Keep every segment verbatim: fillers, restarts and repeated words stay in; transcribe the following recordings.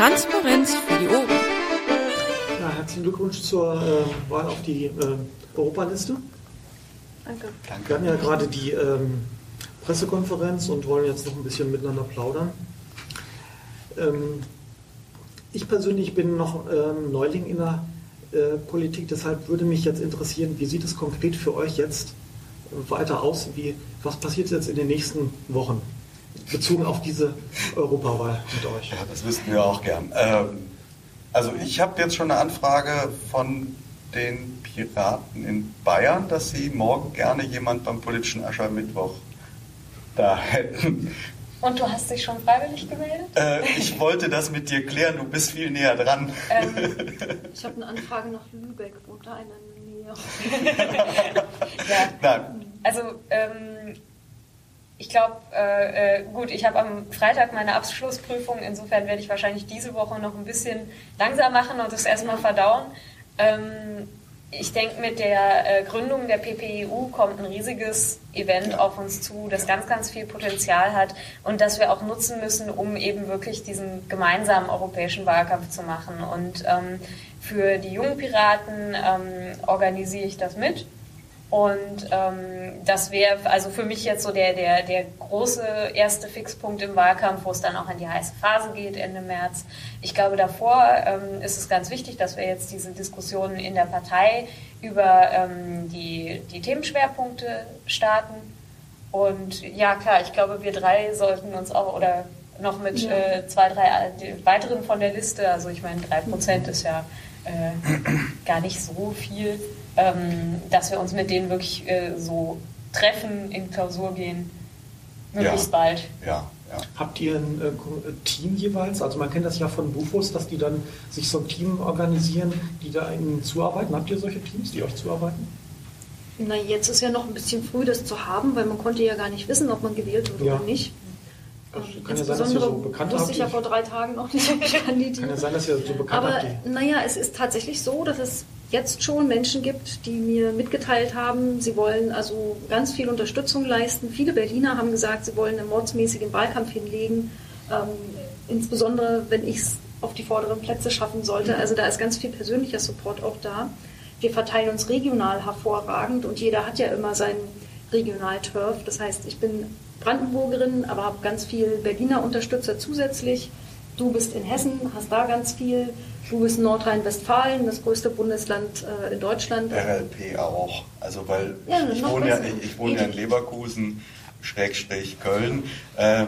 Transparenz für die Ohren. Ja, herzlichen Glückwunsch zur äh, Wahl auf die äh, Europaliste. Danke. Danke. Wir hatten ja gerade die ähm, Pressekonferenz und wollen jetzt noch ein bisschen miteinander plaudern. Ähm, ich persönlich bin noch ähm, Neuling in der äh, Politik, deshalb würde mich jetzt interessieren, wie sieht es konkret für euch jetzt äh, weiter aus? Wie, was passiert jetzt in den nächsten Wochen bezogen auf diese Europawahl mit euch? Ja, das wüssten wir auch gern. Ähm, also ich habe jetzt schon eine Anfrage von den Piraten in Bayern, dass sie morgen gerne jemand beim politischen Aschermittwoch da hätten. Und du hast dich schon freiwillig gemeldet? Äh, ich wollte das mit dir klären, du bist viel näher dran. Ähm, ich habe eine Anfrage nach Lübeck, wohnt da einer in der Nähe? Ja. Nein. Also, ähm, ich glaube, äh, äh, gut, ich habe am Freitag meine Abschlussprüfung, insofern werde ich wahrscheinlich diese Woche noch ein bisschen langsam machen und das erstmal verdauen. Ähm, ich denke, mit der äh, Gründung der P P E U kommt ein riesiges Event auf uns zu, das ganz, ganz viel Potenzial hat und das wir auch nutzen müssen, um eben wirklich diesen gemeinsamen europäischen Wahlkampf zu machen. Und ähm, für die jungen Piraten ähm, organisiere ich das mit. Und ähm, das wäre also für mich jetzt so der, der, der große erste Fixpunkt im Wahlkampf, wo es dann auch in die heiße Phase geht, Ende März. Ich glaube, davor ähm, ist es ganz wichtig, dass wir jetzt diese Diskussionen in der Partei über ähm, die, die Themenschwerpunkte starten. Und ja, klar, ich glaube, wir drei sollten uns auch, oder noch mit ja. äh, zwei, drei weiteren von der Liste, also ich meine, drei Prozent ist ja äh, gar nicht so viel, Ähm, dass wir uns mit denen wirklich äh, so treffen, in Klausur gehen, möglichst ja. bald. Ja, ja. Habt ihr ein äh, Team jeweils? Also man kennt das ja von Bufos, dass die dann sich so ein Team organisieren, die da ihnen zuarbeiten. Habt ihr solche Teams, die euch zuarbeiten? Na, jetzt ist ja noch ein bisschen früh, das zu haben, weil man konnte ja gar nicht wissen, ob man gewählt wird ja. oder nicht. Das kann ja sein, dass ihr so bekannt habt. Wusste ich ja vor drei Tagen noch nicht, ob ich kandidiere. Kann ja sein, dass ihr so bekannt Aber, habt. Aber naja, es ist tatsächlich so, dass es jetzt schon Menschen gibt, die mir mitgeteilt haben, sie wollen also ganz viel Unterstützung leisten. Viele Berliner haben gesagt, sie wollen einen mordsmäßigen Wahlkampf hinlegen, ähm, insbesondere wenn ich es auf die vorderen Plätze schaffen sollte. Also da ist ganz viel persönlicher Support auch da. Wir verteilen uns regional hervorragend und jeder hat ja immer seinen Regional-Turf. Das heißt, ich bin Brandenburgerin, aber habe ganz viel Berliner Unterstützer zusätzlich. Du bist in Hessen, hast da ganz viel. Du bist in Nordrhein-Westfalen, das größte Bundesland äh, in Deutschland. R L P auch. Also weil ja, ich, ich wohne ja, ich, ich wohne ja in Leverkusen, Schrägstrich Köln. Äh,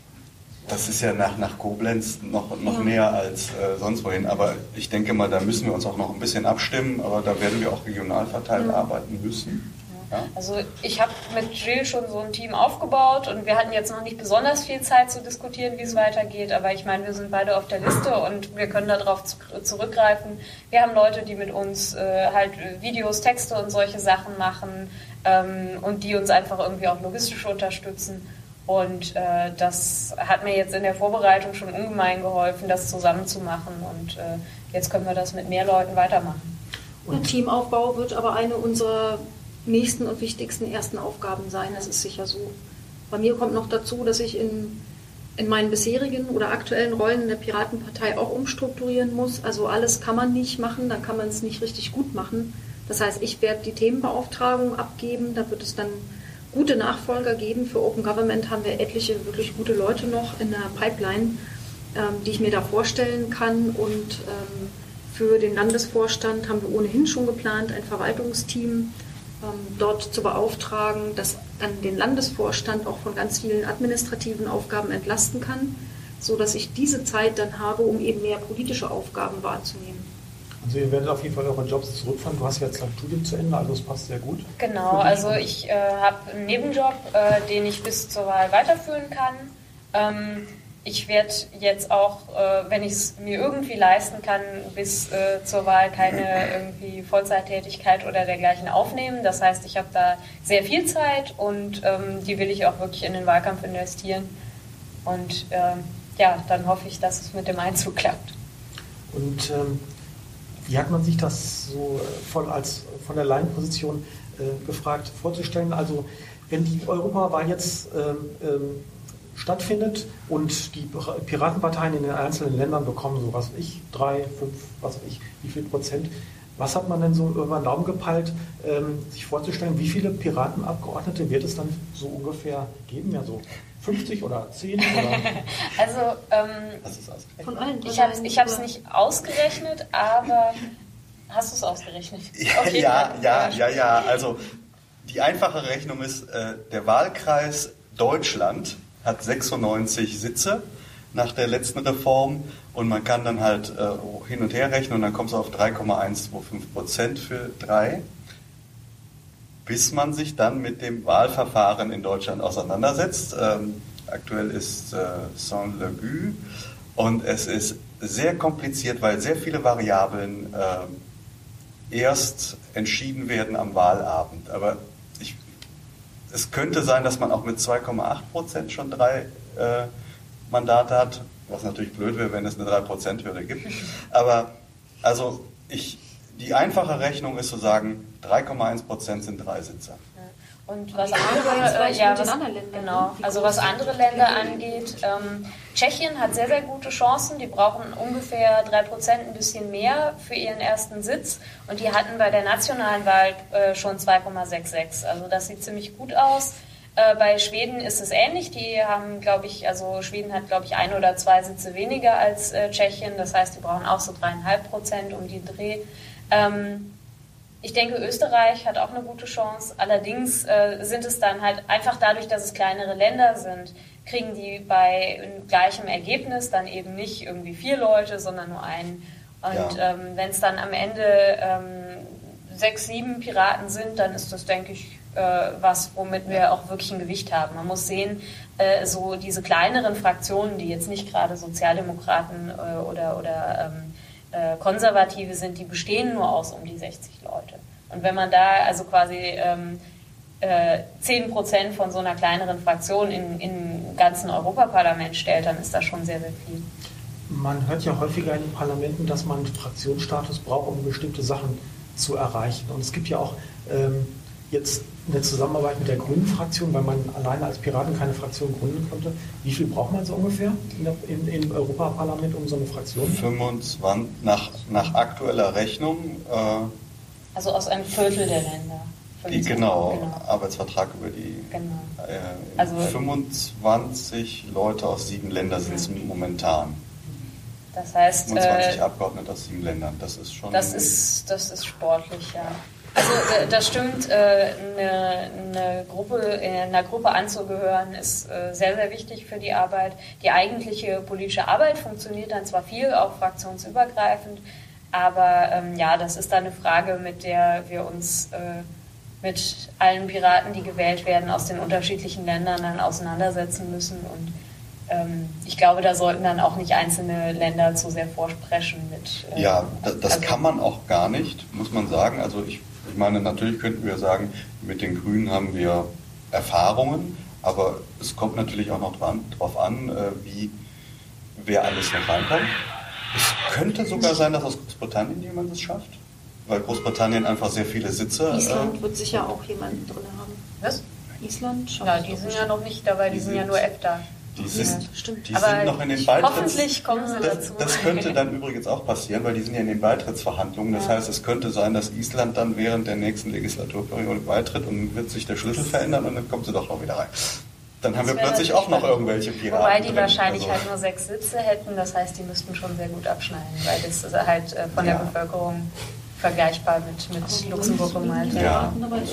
das ist ja nach, nach Koblenz noch, noch ja. näher als äh, sonst wohin. Aber ich denke mal, da müssen wir uns auch noch ein bisschen abstimmen. Aber da werden wir auch regional verteilt ja. arbeiten müssen. Ja. Also ich habe mit Jill schon so ein Team aufgebaut und wir hatten jetzt noch nicht besonders viel Zeit zu diskutieren, wie es weitergeht, aber ich meine, wir sind beide auf der Liste und wir können darauf zu, zurückgreifen. Wir haben Leute, die mit uns äh, halt Videos, Texte und solche Sachen machen ähm, und die uns einfach irgendwie auch logistisch unterstützen und äh, das hat mir jetzt in der Vorbereitung schon ungemein geholfen, das zusammen zu machen und äh, jetzt können wir das mit mehr Leuten weitermachen. Und Teamaufbau wird aber eine unserer nächsten und wichtigsten ersten Aufgaben sein, das ist sicher so. Bei mir kommt noch dazu, dass ich in, in meinen bisherigen oder aktuellen Rollen in der Piratenpartei auch umstrukturieren muss. Also alles kann man nicht machen, dann kann man es nicht richtig gut machen. Das heißt, ich werde die Themenbeauftragung abgeben, da wird es dann gute Nachfolger geben. Für Open Government haben wir etliche wirklich gute Leute noch in der Pipeline, ähm, die ich mir da vorstellen kann. Und ähm, für den Landesvorstand haben wir ohnehin schon geplant, ein Verwaltungsteam dort zu beauftragen, das dann den Landesvorstand auch von ganz vielen administrativen Aufgaben entlasten kann, sodass ich diese Zeit dann habe, um eben mehr politische Aufgaben wahrzunehmen. Also ihr werdet auf jeden Fall eure Jobs zurückfahren. Du hast jetzt dein Studium zu Ende, also es passt sehr gut. Genau, also ich äh, habe einen Nebenjob, äh, den ich bis zur Wahl weiterführen kann. Ähm, Ich werde jetzt auch, äh, wenn ich es mir irgendwie leisten kann, bis äh, zur Wahl keine irgendwie Vollzeittätigkeit oder dergleichen aufnehmen. Das heißt, ich habe da sehr viel Zeit und ähm, die will ich auch wirklich in den Wahlkampf investieren. Und ähm, ja, dann hoffe ich, dass es mit dem Einzug klappt. Und ähm, wie hat man sich das so von, als, von der Laienposition äh, gefragt vorzustellen? Also wenn die Europawahl jetzt ähm, ähm, stattfindet und die Piratenparteien in den einzelnen Ländern bekommen so, was weiß ich, drei, fünf, was weiß ich, wie viel Prozent. Was hat man denn so über den Daumen gepeilt, ähm, sich vorzustellen, wie viele Piratenabgeordnete wird es dann so ungefähr geben? Ja, so fünfzig oder zehn? Oder? Also, ähm, von allen. Ich habe ich es nicht ausgerechnet, aber hast du es ausgerechnet? Okay, ja, ja, ja, ja. Also die einfache Rechnung ist, äh, der Wahlkreis Deutschland hat sechsundneunzig Sitze nach der letzten Reform und man kann dann halt äh, hin und her rechnen und dann kommt es auf drei Komma hundertfünfundzwanzig Prozent für drei, bis man sich dann mit dem Wahlverfahren in Deutschland auseinandersetzt. Ähm, aktuell ist äh, Saint-Legu und es ist sehr kompliziert, weil sehr viele Variablen äh, erst entschieden werden am Wahlabend. Aber ich, es könnte sein, dass man auch mit zwei Komma acht Prozent schon drei äh, Mandate hat, was natürlich blöd wäre, wenn es eine drei Prozent Hürde gibt. Aber also ich, die einfache Rechnung ist zu sagen, drei Komma eins Prozent sind drei Sitze. Und was andere, äh, ja, was, genau, also was andere Länder angeht, ähm, Tschechien hat sehr, sehr gute Chancen. Die brauchen ungefähr drei Prozent, ein bisschen mehr für ihren ersten Sitz. Und die hatten bei der nationalen Wahl äh, schon zwei Komma sechsundsechzig. Also das sieht ziemlich gut aus. Äh, bei Schweden ist es ähnlich. Die haben, glaube ich, also Schweden hat, glaube ich, ein oder zwei Sitze weniger als äh, Tschechien. Das heißt, die brauchen auch so dreieinhalb Prozent um die Dreh. Ähm, Ich denke, Österreich hat auch eine gute Chance. Allerdings äh, sind es dann halt einfach dadurch, dass es kleinere Länder sind, kriegen die bei gleichem Ergebnis dann eben nicht irgendwie vier Leute, sondern nur einen. Und ja. ähm, wenn es dann am Ende ähm, sechs, sieben Piraten sind, dann ist das, denke ich, äh, was, womit wir auch wirklich ein Gewicht haben. Man muss sehen, äh, so diese kleineren Fraktionen, die jetzt nicht gerade Sozialdemokraten äh, oder, oder ähm, Konservative sind, die bestehen nur aus um die sechzig Leute. Und wenn man da also quasi ähm, äh, zehn Prozent von so einer kleineren Fraktion in, im ganzen Europaparlament stellt, dann ist das schon sehr, sehr viel. Man hört ja häufiger in den Parlamenten, dass man Fraktionsstatus braucht, um bestimmte Sachen zu erreichen. Und es gibt ja auch ähm, jetzt eine Zusammenarbeit mit der Grünen Fraktion, weil man alleine als Piraten keine Fraktion gründen konnte. Wie viel braucht man so ungefähr in der, in, im Europaparlament um so eine Fraktion? fünfundzwanzig nach, nach aktueller Rechnung. Äh, also aus einem Viertel der Länder. Die, genau, genau, Arbeitsvertrag über die genau. äh, also, fünfundzwanzig Leute aus sieben Ländern sind es ja. momentan. Das heißt, fünfundzwanzig äh, Abgeordnete aus sieben Ländern, das ist schon... Das ist, das ist sportlich, ja. Also das stimmt, eine, eine Gruppe, in einer Gruppe anzugehören ist sehr, sehr wichtig für die Arbeit. Die eigentliche politische Arbeit funktioniert dann zwar viel, auch fraktionsübergreifend, aber ähm, ja, das ist dann eine Frage, mit der wir uns äh, mit allen Piraten, die gewählt werden, aus den unterschiedlichen Ländern dann auseinandersetzen müssen. Und ähm, ich glaube, da sollten dann auch nicht einzelne Länder zu sehr vorsprechen mit. Äh, ja, das, das also, kann man auch gar nicht, muss man sagen. Also ich Ich meine, natürlich könnten wir sagen, mit den Grünen haben wir Erfahrungen, aber es kommt natürlich auch noch dran, drauf an, wie wer alles noch reinkommt. Es könnte sogar sein, dass aus Großbritannien jemand es schafft, weil Großbritannien einfach sehr viele Sitze... Island äh, wird sicher auch jemanden drin haben. Was? Island schafft Ja, die sind ja noch nicht dabei, die, die sind ja nur EFTA. Die sind, ja, die sind noch in den Beitritts... Hoffentlich kommen sie das, dazu. Das könnte dann übrigens auch passieren, weil die sind ja in den Beitrittsverhandlungen. Das ja. heißt, es könnte sein, dass Island dann während der nächsten Legislaturperiode beitritt und dann wird sich der Schlüssel verändern und dann kommt sie doch noch wieder rein. Dann haben das wir plötzlich auch noch irgendwelche Piraten. Wobei die drin. wahrscheinlich also. halt nur sechs Sitze hätten, das heißt, die müssten schon sehr gut abschneiden, weil das ist halt von der ja. Bevölkerung vergleichbar mit, mit Luxemburg und Malta. Ja,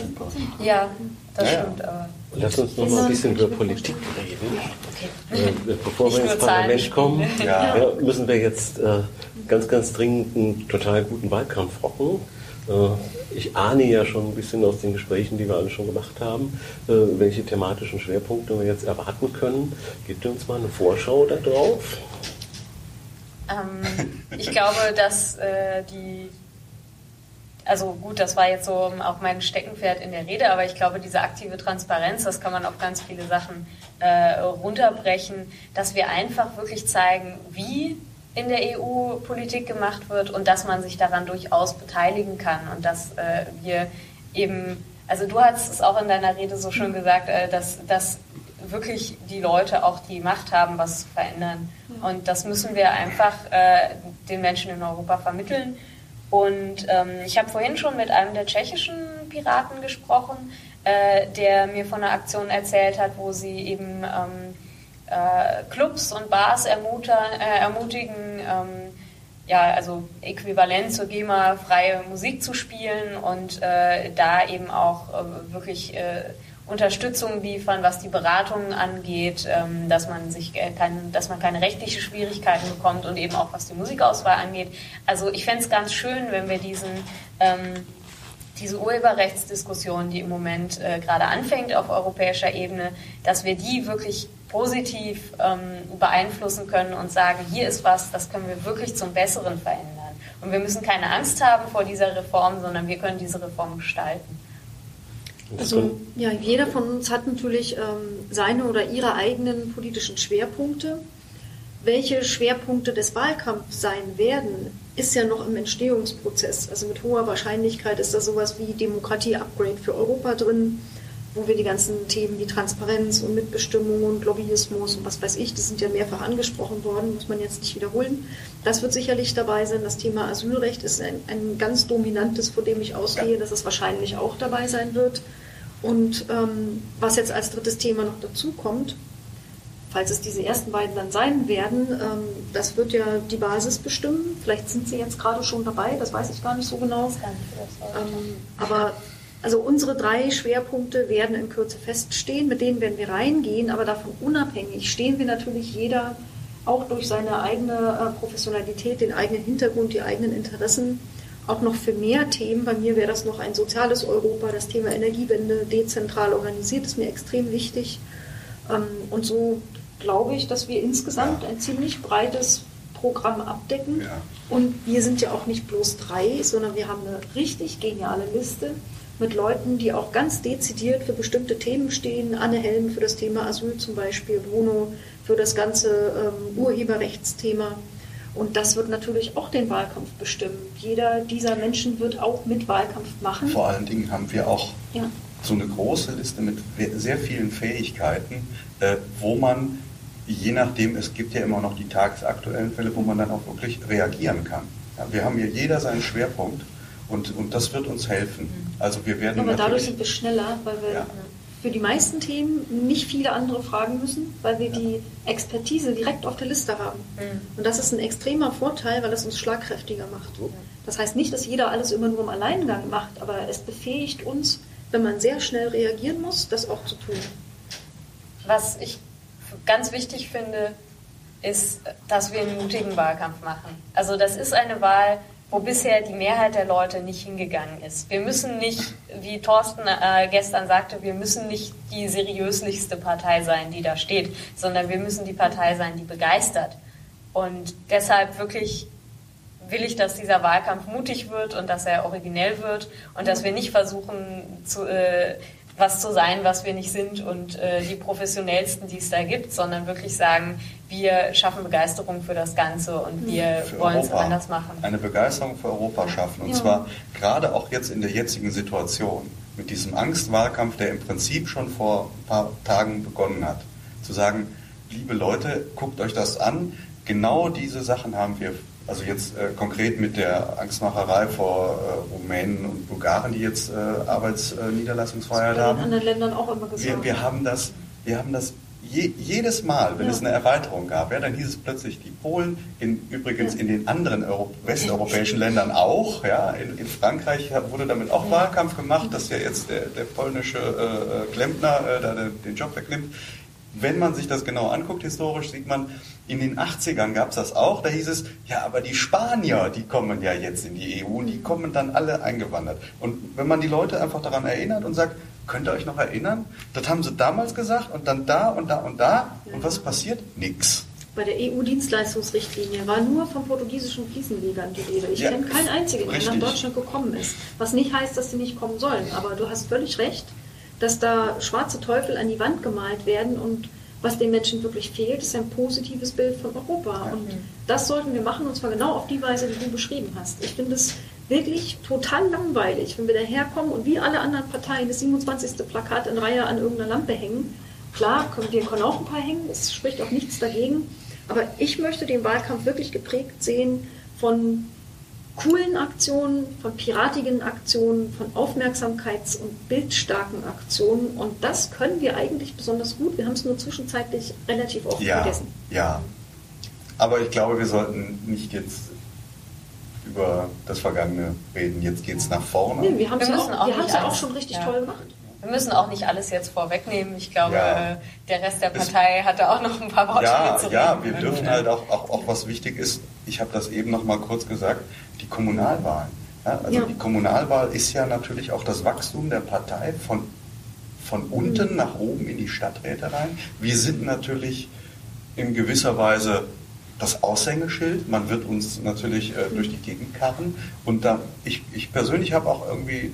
ja das ja, stimmt. Aber lass uns noch mal ein bisschen über Politik reden. Okay. Äh, bevor wir ins Parlament kommen, ja. Ja, müssen wir jetzt äh, ganz, ganz dringend einen total guten Wahlkampf rocken. Äh, ich ahne ja schon ein bisschen aus den Gesprächen, die wir alle schon gemacht haben, äh, welche thematischen Schwerpunkte wir jetzt erwarten können. Gebt ihr uns mal eine Vorschau da drauf? Ähm, ich glaube, dass äh, die Also gut, das war jetzt so auch mein Steckenpferd in der Rede, aber ich glaube, diese aktive Transparenz, das kann man auf ganz viele Sachen äh, runterbrechen, dass wir einfach wirklich zeigen, wie in der E U Politik gemacht wird und dass man sich daran durchaus beteiligen kann und dass äh, wir eben, also du hast es auch in deiner Rede so schön gesagt, äh, dass, dass wirklich die Leute auch die Macht haben, was zu verändern. Und das müssen wir einfach äh, den Menschen in Europa vermitteln. Und ähm, ich habe vorhin schon mit einem der tschechischen Piraten gesprochen, äh, der mir von einer Aktion erzählt hat, wo sie eben ähm, äh, Clubs und Bars ermutern, äh, ermutigen, ähm, ja, also äquivalent zur GEMA freie Musik zu spielen und äh, da eben auch äh, wirklich äh, Unterstützung liefern, was die Beratungen angeht, ähm, dass man sich äh, kein, dass man keine rechtlichen Schwierigkeiten bekommt und eben auch was die Musikauswahl angeht. Also ich fände es ganz schön, wenn wir diesen ähm, diese Urheberrechtsdiskussion, die im Moment äh, gerade anfängt auf europäischer Ebene, dass wir die wirklich positiv ähm, beeinflussen können und sagen, hier ist was, das können wir wirklich zum Besseren verändern. Und wir müssen keine Angst haben vor dieser Reform, sondern wir können diese Reform gestalten. Also ja, jeder von uns hat natürlich ähm, seine oder ihre eigenen politischen Schwerpunkte. Welche Schwerpunkte des Wahlkampfs sein werden, ist ja noch im Entstehungsprozess. Also mit hoher Wahrscheinlichkeit ist da sowas wie Demokratie-Upgrade für Europa drin, wo wir die ganzen Themen wie Transparenz und Mitbestimmung und Lobbyismus und was weiß ich, das sind ja mehrfach angesprochen worden, muss man jetzt nicht wiederholen. Das wird sicherlich dabei sein. Das Thema Asylrecht ist ein, ein ganz dominantes, von dem ich ausgehe, ja, dass es wahrscheinlich auch dabei sein wird. Und ähm, was jetzt als drittes Thema noch dazu kommt, falls es diese ersten beiden dann sein werden, ähm, das wird ja die Basis bestimmen. Vielleicht sind sie jetzt gerade schon dabei, das weiß ich gar nicht so genau. Ähm, aber also unsere drei Schwerpunkte werden in Kürze feststehen, mit denen werden wir reingehen, aber davon unabhängig stehen wir natürlich jeder auch durch seine eigene äh, Professionalität, den eigenen Hintergrund, die eigenen Interessen auch noch für mehr Themen. Bei mir wäre das noch ein soziales Europa, das Thema Energiewende, dezentral organisiert, ist mir extrem wichtig. Ähm, und so glaube ich, dass wir insgesamt ein ziemlich breites Programm abdecken. Ja. Und wir sind ja auch nicht bloß drei, sondern wir haben eine richtig geniale Liste mit Leuten, die auch ganz dezidiert für bestimmte Themen stehen. Anne Helm für das Thema Asyl zum Beispiel, Bruno für das ganze ähm, Urheberrechtsthema. Und das wird natürlich auch den Wahlkampf bestimmen. Jeder dieser Menschen wird auch mit Wahlkampf machen. Vor allen Dingen haben wir auch ja. so eine große Liste mit sehr vielen Fähigkeiten, äh, wo man, je nachdem, es gibt ja immer noch die tagesaktuellen Fälle, wo man dann auch wirklich reagieren kann. Ja, wir haben hier jeder seinen Schwerpunkt und, und das wird uns helfen. Also wir werden Aber dadurch sind wir schneller, weil wir ja. für die meisten Themen nicht viele andere fragen müssen, weil wir ja. die Expertise direkt auf der Liste haben. Mhm. Und das ist ein extremer Vorteil, weil es uns schlagkräftiger macht. Das heißt nicht, dass jeder alles immer nur im Alleingang macht, aber es befähigt uns, wenn man sehr schnell reagieren muss, das auch zu tun. Was ich ganz wichtig finde, ist, dass wir einen mutigen Wahlkampf machen. Also das ist eine Wahl, wo bisher die Mehrheit der Leute nicht hingegangen ist. Wir müssen nicht, wie Thorsten äh, gestern sagte, wir müssen nicht die seriöslichste Partei sein, die da steht, sondern wir müssen die Partei sein, die begeistert. Und deshalb wirklich will ich, dass dieser Wahlkampf mutig wird und dass er originell wird und dass wir nicht versuchen, zu, äh, was zu sein, was wir nicht sind und äh, die professionellsten, die es da gibt, sondern wirklich sagen, wir schaffen Begeisterung für das Ganze und wir wollen es anders machen. Eine Begeisterung für Europa schaffen. Und ja. zwar gerade auch jetzt in der jetzigen Situation, mit diesem Angstwahlkampf, der im Prinzip schon vor ein paar Tagen begonnen hat. Zu sagen, liebe Leute, guckt euch das an. Genau diese Sachen haben wir, also jetzt äh, konkret mit der Angstmacherei vor äh, Rumänen und Bulgaren, die jetzt äh, Arbeitsniederlassungsfreiheit äh, haben. In anderen Ländern auch immer gesagt. Wir, wir haben das, wir haben das Je, jedes Mal, wenn ja. es eine Erweiterung gab, ja, dann hieß es plötzlich die Polen, in, übrigens ja. in den anderen Euro, westeuropäischen Ländern auch. Ja, in, in Frankreich wurde damit auch ja. Wahlkampf gemacht, dass ja jetzt der, der polnische äh, Klempner äh, da den, den Job wegnimmt. Wenn man sich das genau anguckt, historisch, sieht man, in den achtzigern gab es das auch. Da hieß es, ja, aber die Spanier, die kommen ja jetzt in die E U und die kommen dann alle eingewandert. Und wenn man die Leute einfach daran erinnert und sagt, könnt ihr euch noch erinnern? Das haben sie damals gesagt und dann da und da und da. Und was passiert? Nix. Bei der E U-Dienstleistungsrichtlinie war nur von portugiesischen Fliesenlegern die Rede. Ich ja, kenne keinen einzigen, der nach Deutschland gekommen ist. Was nicht heißt, dass sie nicht kommen sollen. Aber du hast völlig recht, dass da schwarze Teufel an die Wand gemalt werden und was den Menschen wirklich fehlt, ist ein positives Bild von Europa. Ja. Und das sollten wir machen, und zwar genau auf die Weise, die du beschrieben hast. Ich finde es wirklich total langweilig, wenn wir daherkommen und wie alle anderen Parteien das siebenundzwanzigste Plakat in Reihe an irgendeiner Lampe hängen Klar, können, wir können auch ein paar hängen, es spricht auch nichts dagegen. Aber ich möchte den Wahlkampf wirklich geprägt sehen von coolen Aktionen, von piratigen Aktionen, von Aufmerksamkeits- und bildstarken Aktionen. Und das können wir eigentlich besonders gut. Wir haben es nur zwischenzeitlich relativ oft ja, vergessen. Ja, aber ich glaube, wir sollten nicht jetzt über das Vergangene reden. Jetzt geht es nach vorne. Nee, wir haben es Wir ja müssen auch, auch wir nicht haben's ja auch alles- schon richtig ja. toll gemacht. Wir müssen auch nicht alles jetzt vorwegnehmen. Ich glaube, Ja. äh, der Rest der Partei hatte auch noch ein paar Worte Ja, mitzureden. ja, wir dürfen halt auch, auch, auch was wichtig ist, ich habe das eben noch mal kurz gesagt, die Kommunalwahlen. Ja, also Ja. die Kommunalwahl ist ja natürlich auch das Wachstum der Partei von, von unten Mhm. nach oben in die Stadträte rein. Wir sind natürlich in gewisser Weise das Aushängeschild. Man wird uns natürlich äh, durch die Gegend karren. Und da, ich, ich persönlich habe auch irgendwie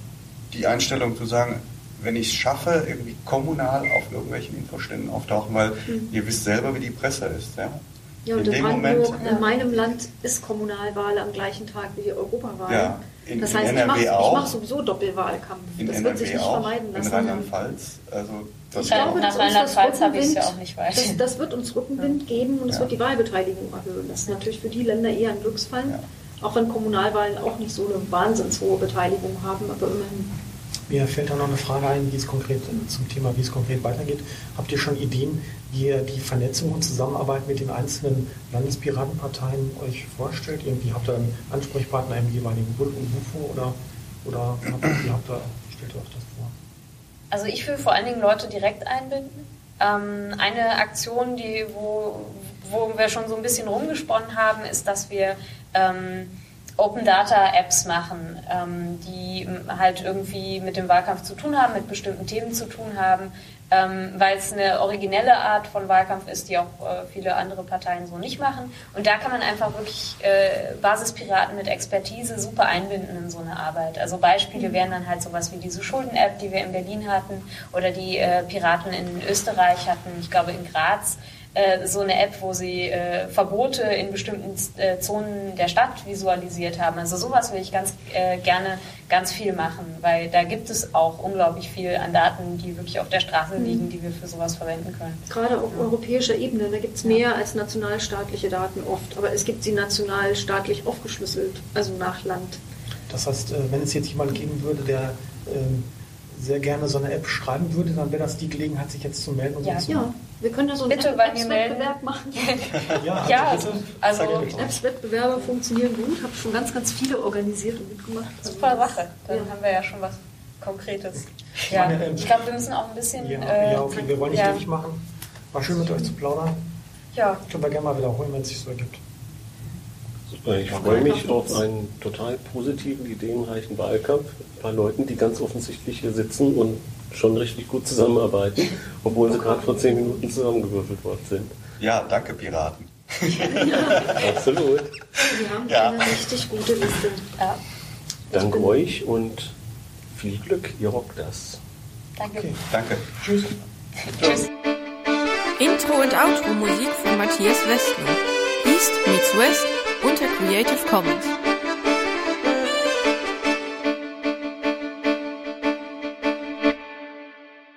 die Einstellung zu sagen, wenn ich es schaffe, irgendwie kommunal auf irgendwelchen Infoständen auftauchen, weil Mhm. ihr wisst selber, wie die Presse ist. Ja, Ja, und in in, dem Moment, Brandenburg, in meinem Land ist Kommunalwahl am gleichen Tag wie die Europawahl. Ja, in- das in heißt, N ich R W mache auch. mach sowieso Doppelwahlkampf. in das N wird R sich W nicht auch, vermeiden in lassen. Rheinland-Pfalz. Also das Ja, glaube, nach dass uns das Rheinland-Pfalz habe ich es ja Rückenwind- auch nicht weit. Das, das wird uns Rückenwind geben und es Ja. wird die Wahlbeteiligung erhöhen. Das ist natürlich für die Länder eher ein Glücksfall, Ja. auch wenn Kommunalwahlen auch nicht so eine wahnsinns hohe Beteiligung haben, aber immerhin. Mir fällt da noch eine Frage ein, wie es konkret zum Thema, wie es konkret weitergeht. Habt ihr schon Ideen, wie ihr die Vernetzung und Zusammenarbeit mit den einzelnen Landespiratenparteien euch vorstellt? Irgendwie habt ihr einen Ansprechpartner im jeweiligen Bund und U F O oder, oder habt, wie habt ihr, stellt ihr euch das vor? Also ich will vor allen Dingen Leute direkt einbinden. Ähm, eine Aktion, die, wo, wo wir schon so ein bisschen rumgesponnen haben, ist, dass wir ähm, Open Data Apps machen, ähm, die halt irgendwie mit dem Wahlkampf zu tun haben, mit bestimmten Themen zu tun haben, ähm, weil es eine originelle Art von Wahlkampf ist, die auch äh, viele andere Parteien so nicht machen. Und da kann man einfach wirklich äh, Basispiraten mit Expertise super einbinden in so eine Arbeit. Also Beispiele wären dann halt sowas wie diese Schulden-App, die wir in Berlin hatten, oder die äh, Piraten in Österreich hatten, ich glaube in Graz. So eine App, wo sie äh, Verbote in bestimmten äh, Zonen der Stadt visualisiert haben. Also sowas will ich ganz äh, gerne ganz viel machen, weil da gibt es auch unglaublich viel an Daten, die wirklich auf der Straße liegen, die wir für sowas verwenden können. Gerade auf ja. europäischer Ebene, da gibt es mehr als nationalstaatliche Daten oft, aber es gibt sie nationalstaatlich aufgeschlüsselt, also nach Land. Das heißt, wenn es jetzt jemand geben würde, der ähm, sehr gerne so eine App schreiben würde, dann wäre das die Gelegenheit, sich jetzt zu melden und ja, so zu ja. Wir können da so einen Bitte bei mir melden. Apps-Wettbewerb machen. Ja, ja, also, also Apps-Wettbewerbe funktionieren gut, habe schon ganz, ganz viele organisiert und mitgemacht. Super Sache, dann ja. haben wir ja schon was Konkretes. Ich Ja, meine, ähm, ich glaube, wir müssen auch ein bisschen... Ja, äh, ja okay, wir wollen nicht ja. ewig machen. War schön mit euch zu plaudern. Ja. Können wir gerne mal wiederholen, wenn es sich so ergibt. Super, ich freue mich auf einen total positiven, ideenreichen Wahlkampf. Ein paar Leuten, die ganz offensichtlich hier sitzen und schon richtig gut zusammenarbeiten, obwohl sie gerade vor zehn Minuten zusammengewürfelt worden sind. Ja, danke Piraten. Absolut. Wir haben Ja. eine richtig gute Liste. Ja. Danke euch und viel Glück, ihr rockt das. Danke. Okay. Danke. Tschüss. Tschüss. Intro- und Outro-Musik von Matthias Westner. East meets West unter Creative Commons.